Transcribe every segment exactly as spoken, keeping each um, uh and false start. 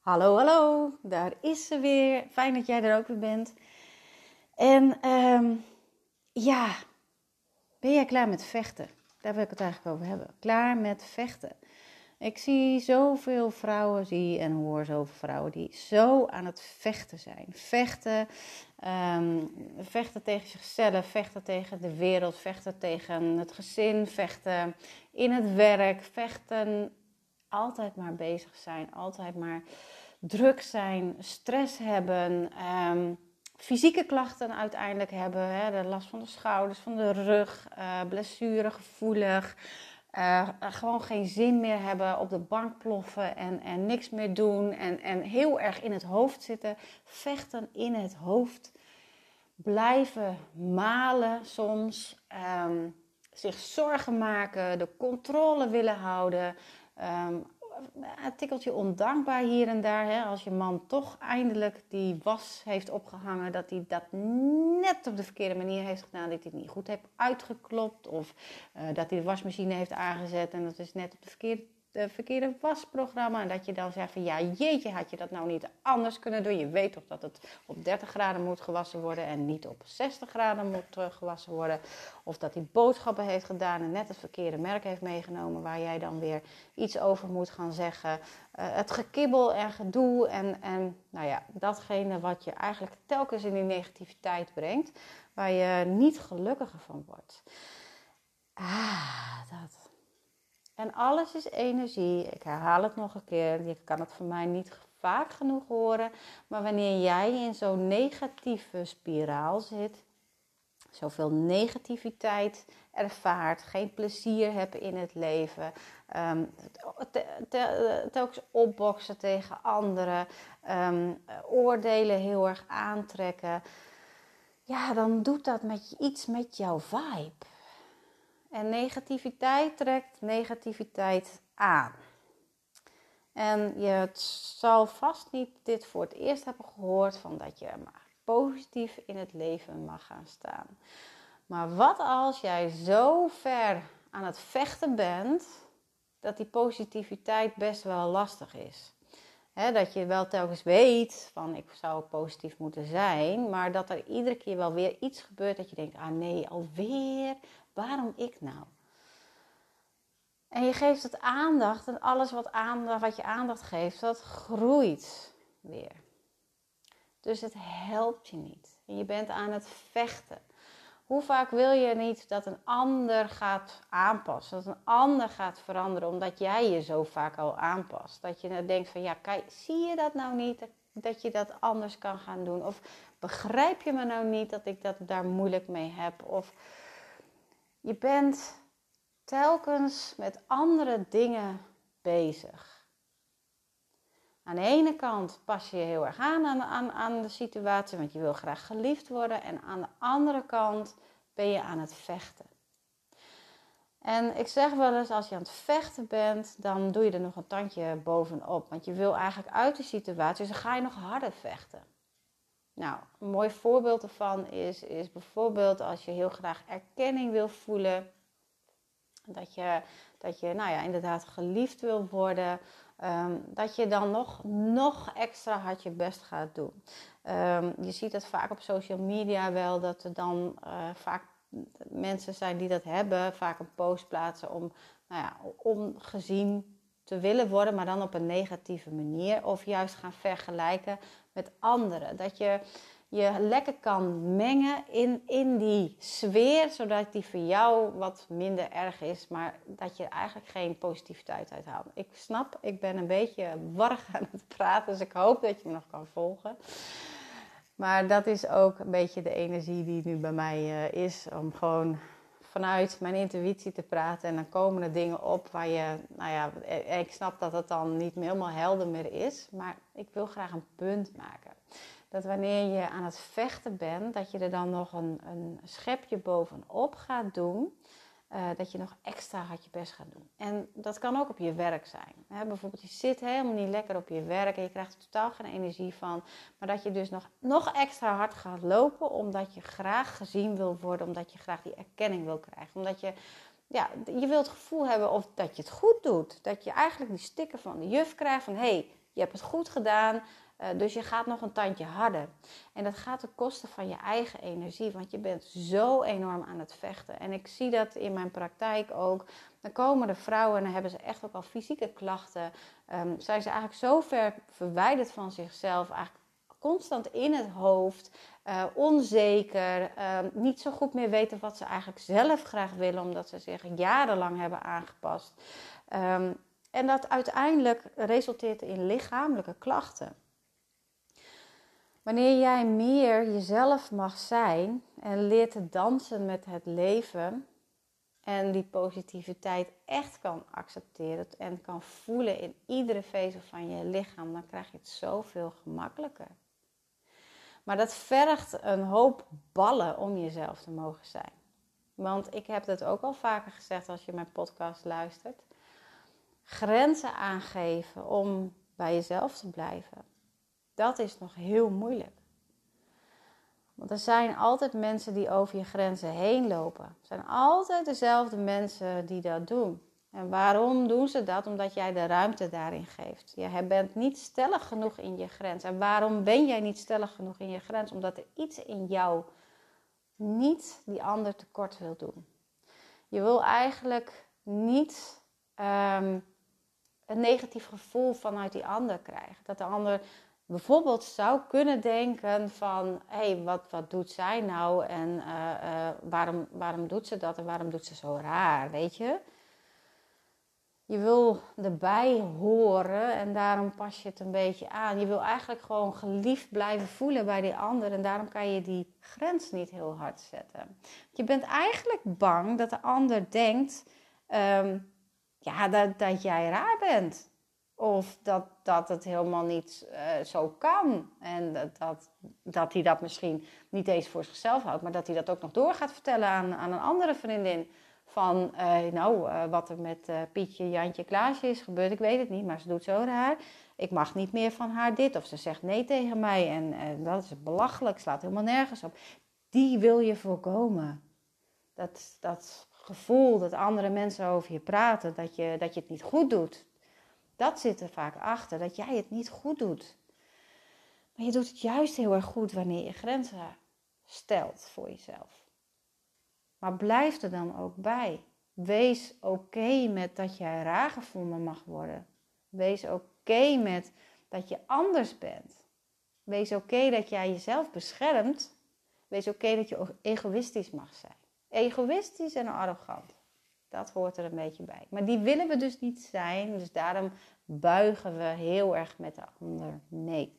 Hallo, hallo, daar is ze weer. Fijn dat jij er ook weer bent. En um, ja, ben jij klaar met vechten? Daar wil ik het eigenlijk over hebben. Klaar met vechten. Ik zie zoveel vrouwen, zie en hoor zoveel vrouwen die zo aan het vechten zijn. Vechten, um, vechten tegen zichzelf, vechten tegen de wereld, vechten tegen het gezin, vechten in het werk, vechten, altijd maar bezig zijn, altijd maar druk zijn, stress hebben, um, fysieke klachten uiteindelijk hebben, hè, de last van de schouders, van de rug, uh, blessuregevoelig. Uh, gewoon geen zin meer hebben, op de bank ploffen en, en niks meer doen en, en heel erg in het hoofd zitten. Vechten in het hoofd. Blijven malen soms. Um, zich zorgen maken, de controle willen houden. Um, een tikkeltje ondankbaar hier en daar. Hè? Als je man toch eindelijk die was heeft opgehangen, dat hij dat net op de verkeerde manier heeft gedaan, dat hij het niet goed heeft uitgeklopt. Of uh, dat hij de wasmachine heeft aangezet en dat is net op de verkeerde, de verkeerde wasprogramma. En dat je dan zegt van ja, jeetje, had je dat nou niet anders kunnen doen? Je weet toch dat het op dertig graden moet gewassen worden en niet op zestig graden moet uh, gewassen worden. Of dat hij boodschappen heeft gedaan en net het verkeerde merk heeft meegenomen waar jij dan weer iets over moet gaan zeggen. Uh, het gekibbel en gedoe en, en nou ja, datgene wat je eigenlijk telkens in die negativiteit brengt, waar je niet gelukkiger van wordt. Ah, dat. En alles is energie. Ik herhaal het nog een keer. Je kan het van mij niet vaak genoeg horen. Maar wanneer jij in zo'n negatieve spiraal zit, zoveel negativiteit ervaart, geen plezier hebt in het leven, um, te, te, telkens opboksen tegen anderen, um, oordelen heel erg aantrekken, ja, dan doet dat met iets met jouw vibe. En negativiteit trekt negativiteit aan. En je zal vast niet dit voor het eerst hebben gehoord, van dat je maar positief in het leven mag gaan staan. Maar wat als jij zo ver aan het vechten bent, dat die positiviteit best wel lastig is. He, dat je wel telkens weet van ik zou positief moeten zijn, maar dat er iedere keer wel weer iets gebeurt dat je denkt, ah nee, alweer, waarom ik nou? En je geeft het aandacht en alles wat, aandacht, wat je aandacht geeft, dat groeit weer. Dus het helpt je niet. En je bent aan het vechten. Hoe vaak wil je niet dat een ander gaat aanpassen, dat een ander gaat veranderen, omdat jij je zo vaak al aanpast. Dat je denkt van ja, kijk, zie je dat nou niet, dat je dat anders kan gaan doen? Of begrijp je me nou niet dat ik dat daar moeilijk mee heb? Of je bent telkens met andere dingen bezig. Aan de ene kant pas je je heel erg aan, aan aan aan de situatie, want je wil graag geliefd worden. En aan de andere kant ben je aan het vechten. En ik zeg wel eens, als je aan het vechten bent, dan doe je er nog een tandje bovenop. Want je wil eigenlijk uit de situatie, dus dan ga je nog harder vechten. Nou, een mooi voorbeeld ervan is, is bijvoorbeeld als je heel graag erkenning wil voelen. Dat je, dat je nou ja, inderdaad geliefd wil worden. Um, dat je dan nog, nog extra hard je best gaat doen. Um, je ziet het vaak op social media wel, dat er dan uh, vaak mensen zijn die dat hebben. Vaak een post plaatsen om, nou ja, om gezien te willen worden, maar dan op een negatieve manier. Of juist gaan vergelijken met anderen. Dat je je lekker kan mengen in, in die sfeer, zodat die voor jou wat minder erg is, maar dat je eigenlijk geen positiviteit uithaalt. Ik snap, ik ben een beetje warrig aan het praten, dus ik hoop dat je me nog kan volgen. Maar dat is ook een beetje de energie die nu bij mij uh, is, om gewoon vanuit mijn intuïtie te praten. En dan komen er dingen op waar je, nou ja, ik snap dat het dan niet meer helemaal helder meer is, maar ik wil graag een punt maken. Dat wanneer je aan het vechten bent, dat je er dan nog een, een schepje bovenop gaat doen. Uh, dat je nog extra hard je best gaat doen. En dat kan ook op je werk zijn. He, bijvoorbeeld je zit helemaal niet lekker op je werk en je krijgt er totaal geen energie van. Maar dat je dus nog, nog extra hard gaat lopen, omdat je graag gezien wil worden. Omdat je graag die erkenning wil krijgen. Omdat je, ja, je wilt het gevoel hebben of dat je het goed doet. Dat je eigenlijk die sticker van de juf krijgt van hé, hey, Je hebt het goed gedaan. Uh, dus je gaat nog een tandje harder. En dat gaat ten koste van je eigen energie. Want je bent zo enorm aan het vechten. En ik zie dat in mijn praktijk ook. Dan komen de vrouwen en dan hebben ze echt ook al fysieke klachten. Um, zijn ze eigenlijk zo ver verwijderd van zichzelf. Eigenlijk constant in het hoofd. Uh, onzeker. Uh, niet zo goed meer weten wat ze eigenlijk zelf graag willen. Omdat ze zich jarenlang hebben aangepast. Um, en dat uiteindelijk resulteert in lichamelijke klachten. Wanneer jij meer jezelf mag zijn en leert te dansen met het leven en die positiviteit echt kan accepteren en kan voelen in iedere vezel van je lichaam, dan krijg je het zoveel gemakkelijker. Maar dat vergt een hoop ballen om jezelf te mogen zijn. Want ik heb dat ook al vaker gezegd als je mijn podcast luistert. Grenzen aangeven om bij jezelf te blijven. Dat is nog heel moeilijk. Want er zijn altijd mensen die over je grenzen heen lopen. Er zijn altijd dezelfde mensen die dat doen. En waarom doen ze dat? Omdat jij de ruimte daarin geeft. Je bent niet stellig genoeg in je grens. En waarom ben jij niet stellig genoeg in je grens? Omdat er iets in jou niet die ander tekort wil doen. Je wil eigenlijk niet um, een negatief gevoel vanuit die ander krijgen. Dat de ander bijvoorbeeld zou kunnen denken van, hé, hey, wat, wat doet zij nou en uh, uh, waarom, waarom doet ze dat en waarom doet ze zo raar, weet je? Je wil erbij horen en daarom pas je het een beetje aan. Je wil eigenlijk gewoon geliefd blijven voelen bij die ander en daarom kan je die grens niet heel hard zetten. Je bent eigenlijk bang dat de ander denkt um, ja, dat, dat jij raar bent. Of dat, dat het helemaal niet uh, zo kan. En dat, dat, dat hij dat misschien niet eens voor zichzelf houdt. Maar dat hij dat ook nog door gaat vertellen aan, aan een andere vriendin. Van, uh, nou, uh, wat er met uh, Pietje, Jantje, Klaasje is gebeurd. Ik weet het niet, maar ze doet zo raar. Ik mag niet meer van haar dit. Of ze zegt nee tegen mij. En uh, dat is belachelijk, slaat helemaal nergens op. Die wil je voorkomen. Dat, dat gevoel dat andere mensen over je praten. Dat je, dat je het niet goed doet. Dat zit er vaak achter, dat jij het niet goed doet. Maar je doet het juist heel erg goed wanneer je grenzen stelt voor jezelf. Maar blijf er dan ook bij. Wees oké met dat jij raar gevonden mag worden. Wees oké met dat je anders bent. Wees oké dat jij jezelf beschermt. Wees oké dat je egoïstisch mag zijn. Egoïstisch en arrogant. Dat hoort er een beetje bij. Maar die willen we dus niet zijn. Dus daarom buigen we heel erg met de ander mee.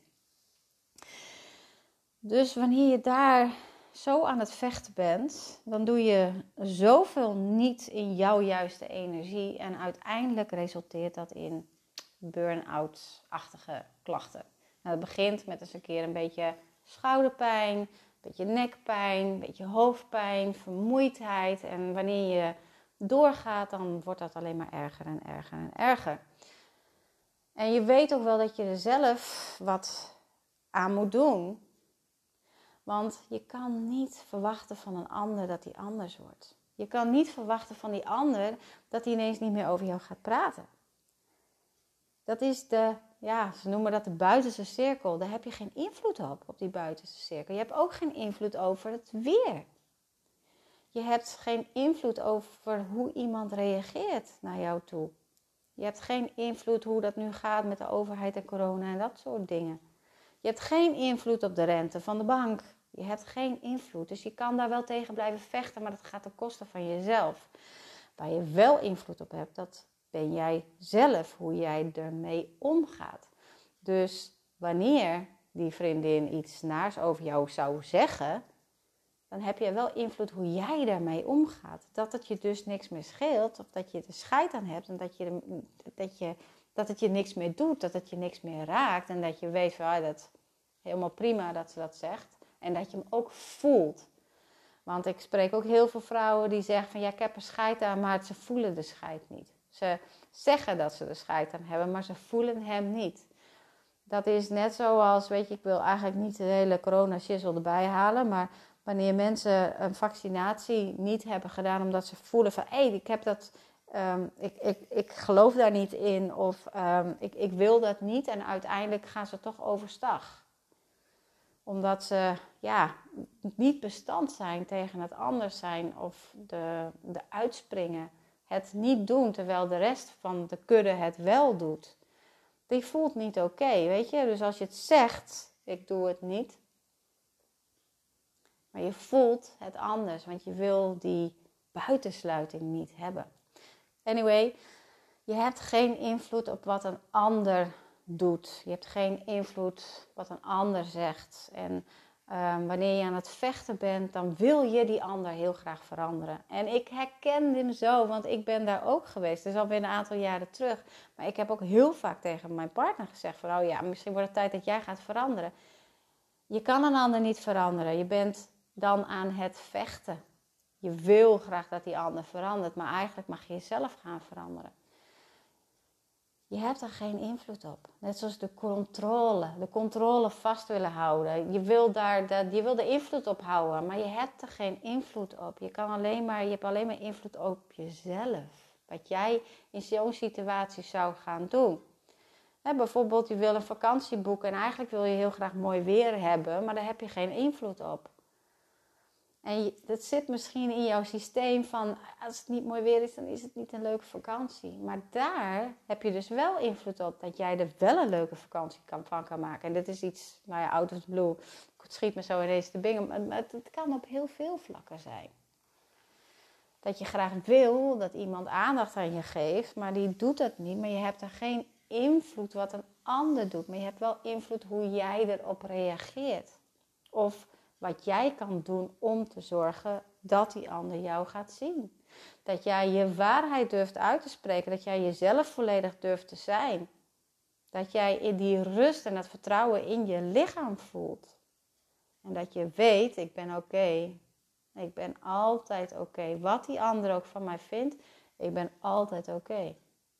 Dus wanneer je daar zo aan het vechten bent, dan doe je zoveel niet in jouw juiste energie. En uiteindelijk resulteert dat in burn-out-achtige klachten. Nou, dat begint met eens een keer een beetje schouderpijn, een beetje nekpijn, een beetje hoofdpijn, vermoeidheid. En wanneer je doorgaat, dan wordt dat alleen maar erger en erger en erger. En je weet ook wel dat je er zelf wat aan moet doen. Want je kan niet verwachten van een ander dat hij anders wordt. Je kan niet verwachten van die ander dat hij ineens niet meer over jou gaat praten. Dat is de, ja, ze noemen dat de buitenste cirkel. Daar heb je geen invloed op, op die buitenste cirkel. Je hebt ook geen invloed over het weer. Je hebt geen invloed over hoe iemand reageert naar jou toe. Je hebt geen invloed hoe dat nu gaat met de overheid en corona en dat soort dingen. Je hebt geen invloed op de rente van de bank. Je hebt geen invloed. Dus je kan daar wel tegen blijven vechten, maar dat gaat ten koste van jezelf. Waar je wel invloed op hebt, dat ben jij zelf, hoe jij ermee omgaat. Dus wanneer die vriendin iets naars over jou zou zeggen, dan heb je wel invloed hoe jij daarmee omgaat. Dat het je dus niks meer scheelt, of dat je er scheid aan hebt en dat, je, dat, je, dat het je niks meer doet, dat het je niks meer raakt. En dat je weet van, ah, dat is helemaal prima dat ze dat zegt. En dat je hem ook voelt. Want ik spreek ook heel veel vrouwen die zeggen van, ja, ik heb er scheid aan, maar ze voelen de scheid niet. Ze zeggen dat ze er scheid aan hebben, maar ze voelen hem niet. Dat is net zoals, weet je, ik wil eigenlijk niet de hele corona-shizzle erbij halen, maar wanneer mensen een vaccinatie niet hebben gedaan omdat ze voelen van, hé, hey, ik heb dat Um, ik, ik, ik geloof daar niet in of um, ik, ik wil dat niet. En uiteindelijk gaan ze toch overstag. Omdat ze ja, niet bestand zijn tegen het anders zijn of de, de uitspringen. Het niet doen terwijl de rest van de kudde het wel doet. Die voelt niet oké, okay, weet je. Dus als je het zegt, ik doe het niet. Maar je voelt het anders, want je wil die buitensluiting niet hebben. Anyway, je hebt geen invloed op wat een ander doet. Je hebt geen invloed wat een ander zegt. En um, wanneer je aan het vechten bent, dan wil je die ander heel graag veranderen. En ik herken hem zo, want ik ben daar ook geweest. Dat is alweer een aantal jaren terug. Maar ik heb ook heel vaak tegen mijn partner gezegd van, oh ja, misschien wordt het tijd dat jij gaat veranderen. Je kan een ander niet veranderen. Je bent dan aan het vechten. Je wil graag dat die ander verandert, maar eigenlijk mag je jezelf gaan veranderen. Je hebt er geen invloed op. Net zoals de controle. De controle vast willen houden. Je wil daar de, je wil de invloed op houden, maar je hebt er geen invloed op. Je, kan alleen maar, je hebt alleen maar invloed op jezelf. Wat jij in zo'n situatie zou gaan doen. He, bijvoorbeeld, je wil een vakantie boeken en eigenlijk wil je heel graag mooi weer hebben, maar daar heb je geen invloed op. En je, dat zit misschien in jouw systeem van, als het niet mooi weer is, dan is het niet een leuke vakantie. Maar daar heb je dus wel invloed op, dat jij er wel een leuke vakantie kan, van kan maken. En dit is iets, nou ja, out of the blue. Het schiet me zo ineens te bingen. Maar het, het kan op heel veel vlakken zijn. Dat je graag wil dat iemand aandacht aan je geeft, maar die doet dat niet. Maar je hebt er geen invloed wat een ander doet. Maar je hebt wel invloed hoe jij erop reageert. Of wat jij kan doen om te zorgen dat die ander jou gaat zien. Dat jij je waarheid durft uit te spreken. Dat jij jezelf volledig durft te zijn. Dat jij in die rust en het vertrouwen in je lichaam voelt. En dat je weet, ik ben oké. Okay. Ik ben altijd oké. Okay. Wat die ander ook van mij vindt, ik ben altijd oké. Okay.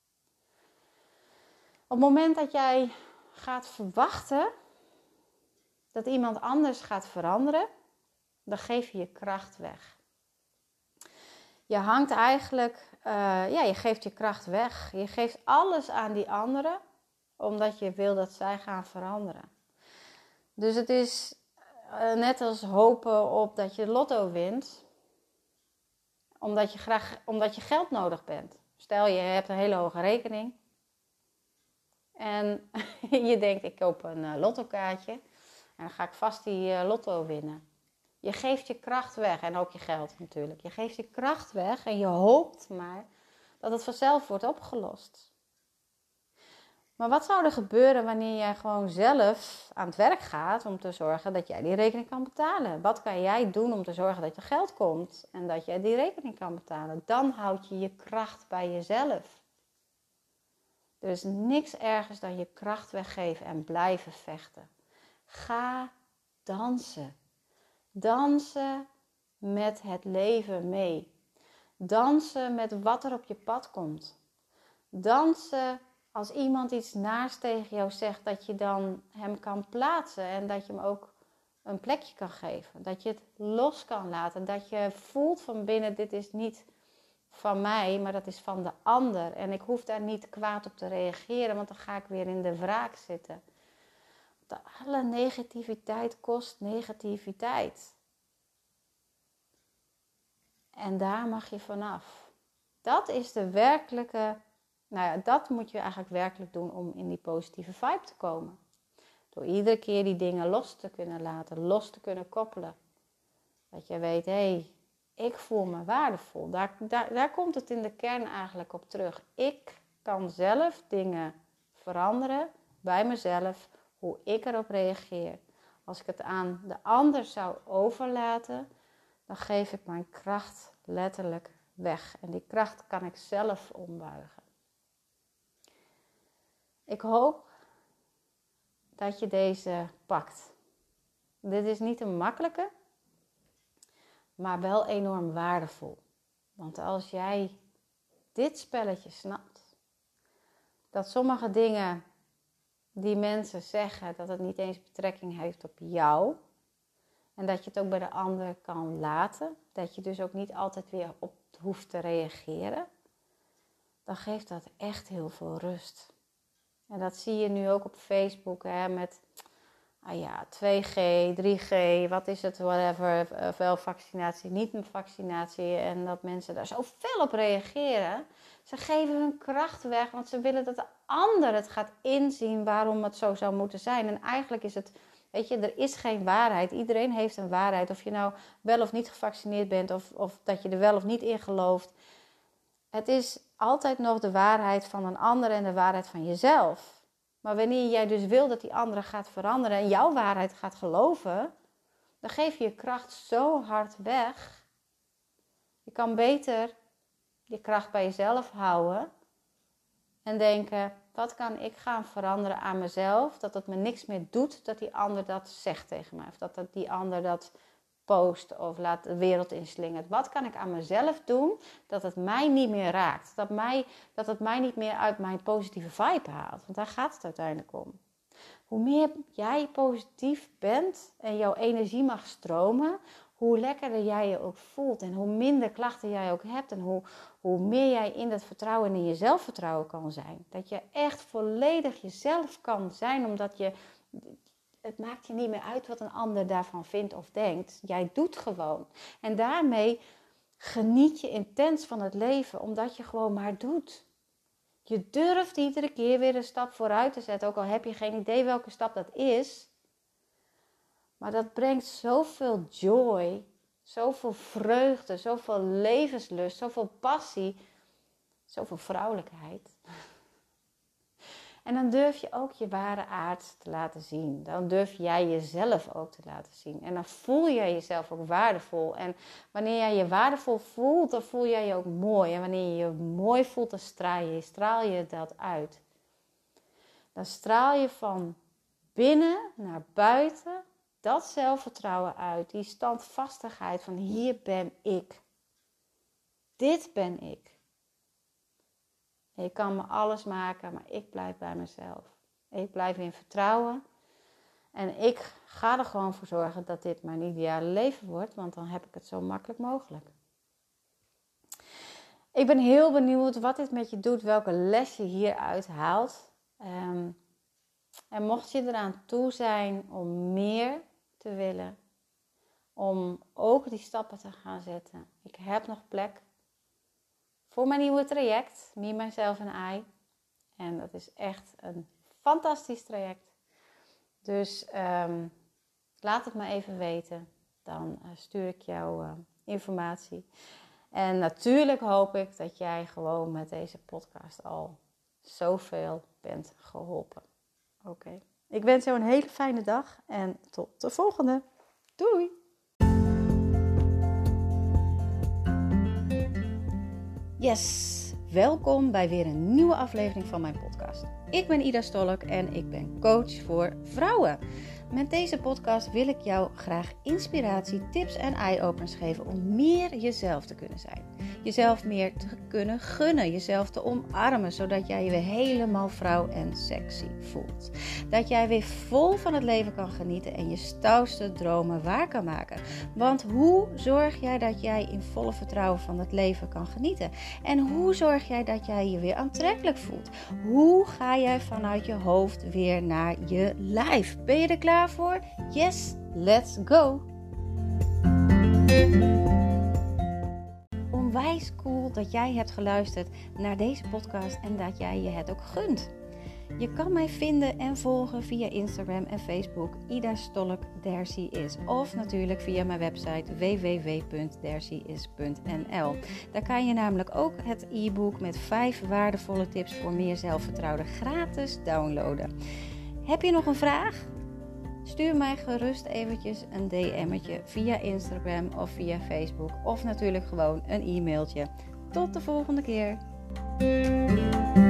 Op het moment dat jij gaat verwachten dat iemand anders gaat veranderen, dan geef je je kracht weg. Je hangt eigenlijk, uh, ja, je geeft je kracht weg. Je geeft alles aan die anderen, omdat je wil dat zij gaan veranderen. Dus het is uh, net als hopen op dat je lotto wint, omdat je graag, omdat je geld nodig bent. Stel, je hebt een hele hoge rekening en je denkt, ik koop een uh, lottokaartje en dan ga ik vast die uh, lotto winnen. Je geeft je kracht weg en ook je geld natuurlijk. Je geeft je kracht weg en je hoopt maar dat het vanzelf wordt opgelost. Maar wat zou er gebeuren wanneer jij gewoon zelf aan het werk gaat om te zorgen dat jij die rekening kan betalen? Wat kan jij doen om te zorgen dat er geld komt en dat jij die rekening kan betalen? Dan houd je je kracht bij jezelf. Er is niks ergers dan je kracht weggeven en blijven vechten. Ga dansen. Dansen met het leven mee. Dansen met wat er op je pad komt. Dansen als iemand iets naars tegen jou zegt, dat je dan hem kan plaatsen en dat je hem ook een plekje kan geven. Dat je het los kan laten. Dat je voelt van binnen, dit is niet van mij, maar dat is van de ander. En ik hoef daar niet kwaad op te reageren, want dan ga ik weer in de wraak zitten. De alle negativiteit kost negativiteit. En daar mag je vanaf. Dat is de werkelijke, nou ja, dat moet je eigenlijk werkelijk doen om in die positieve vibe te komen. Door iedere keer die dingen los te kunnen laten, los te kunnen koppelen. Dat je weet, hé, hey, ik voel me waardevol. Daar, daar, daar komt het in de kern eigenlijk op terug. Ik kan zelf dingen veranderen bij mezelf, hoe ik erop reageer. Als ik het aan de ander zou overlaten, dan geef ik mijn kracht letterlijk weg. En die kracht kan ik zelf ombuigen. Ik hoop dat je deze pakt. Dit is niet een makkelijke, maar wel enorm waardevol. Want als jij dit spelletje snapt, dat sommige dingen die mensen zeggen, dat het niet eens betrekking heeft op jou, en dat je het ook bij de ander kan laten, dat je dus ook niet altijd weer op hoeft te reageren, dan geeft dat echt heel veel rust. En dat zie je nu ook op Facebook, hè, met ah ja, twee G, drie G, wat is het, whatever, wel vaccinatie, niet een vaccinatie. En dat mensen daar zo fel op reageren. Ze geven hun kracht weg, want ze willen dat de ander het gaat inzien waarom het zo zou moeten zijn. En eigenlijk is het, weet je, er is geen waarheid. Iedereen heeft een waarheid. Of je nou wel of niet gevaccineerd bent, of, of dat je er wel of niet in gelooft. Het is altijd nog de waarheid van een ander en de waarheid van jezelf. Maar wanneer jij dus wil dat die andere gaat veranderen en jouw waarheid gaat geloven, dan geef je je kracht zo hard weg. Je kan beter je kracht bij jezelf houden en denken, wat kan ik gaan veranderen aan mezelf, dat het me niks meer doet dat die ander dat zegt tegen mij. Of dat die ander dat post of laat de wereld inslingert. Wat kan ik aan mezelf doen dat het mij niet meer raakt? Dat, mij, dat het mij niet meer uit mijn positieve vibe haalt. Want daar gaat het uiteindelijk om. Hoe meer jij positief bent en jouw energie mag stromen, hoe lekkerder jij je ook voelt. En hoe minder klachten jij ook hebt. En hoe, hoe meer jij in dat vertrouwen en in je zelfvertrouwen kan zijn. Dat je echt volledig jezelf kan zijn, omdat je... Het maakt je niet meer uit wat een ander daarvan vindt of denkt. Jij doet gewoon. En daarmee geniet je intens van het leven, omdat je gewoon maar doet. Je durft iedere keer weer een stap vooruit te zetten, ook al heb je geen idee welke stap dat is. Maar dat brengt zoveel joy, zoveel vreugde, zoveel levenslust, zoveel passie, zoveel vrouwelijkheid. En dan durf je ook je ware aard te laten zien. Dan durf jij jezelf ook te laten zien. En dan voel jij jezelf ook waardevol. En wanneer jij je waardevol voelt, dan voel jij je ook mooi. En wanneer je je mooi voelt, dan straal je, straal je dat uit. Dan straal je van binnen naar buiten dat zelfvertrouwen uit. Die standvastigheid van hier ben ik. Dit ben ik. Je kan me alles maken, maar ik blijf bij mezelf. Ik blijf in vertrouwen. En ik ga er gewoon voor zorgen dat dit mijn ideale leven wordt. Want dan heb ik het zo makkelijk mogelijk. Ik ben heel benieuwd wat dit met je doet. Welke les je hieruit haalt. Um, en mocht je eraan toe zijn om meer te willen. Om ook die stappen te gaan zetten. Ik heb nog plek. Voor mijn nieuwe traject, Me, Myself en I. En dat is echt een fantastisch traject. Dus um, laat het me even weten. Dan uh, stuur ik jou uh, informatie. En natuurlijk hoop ik dat jij gewoon met deze podcast al zoveel bent geholpen. Oké. Okay. Ik wens jou een hele fijne dag en tot de volgende. Doei! Yes, welkom bij weer een nieuwe aflevering van mijn podcast. Ik ben Ida Stolk en ik ben coach voor vrouwen. Met deze podcast wil ik jou graag inspiratie, tips en eye-openers geven om meer jezelf te kunnen zijn. Jezelf meer te kunnen gunnen, jezelf te omarmen, zodat jij je weer helemaal vrouw en sexy voelt. Dat jij weer vol van het leven kan genieten en je stoutste dromen waar kan maken. Want hoe zorg jij dat jij in volle vertrouwen van het leven kan genieten? En hoe zorg jij dat jij je weer aantrekkelijk voelt? Hoe ga jij vanuit je hoofd weer naar je lijf? Ben je er klaar voor? Yes, let's go! Onwijs cool dat jij hebt geluisterd naar deze podcast en dat jij je het ook gunt. Je kan mij vinden en volgen via Instagram en Facebook Ida Stolk There She Is. Of natuurlijk via mijn website w w w punt there she is punt n l. Daar kan je namelijk ook het e-book met vijf waardevolle tips voor meer zelfvertrouwen gratis downloaden. Heb je nog een vraag? Stuur mij gerust eventjes een D M'tje via Instagram of via Facebook. Of natuurlijk gewoon een e-mailtje. Tot de volgende keer.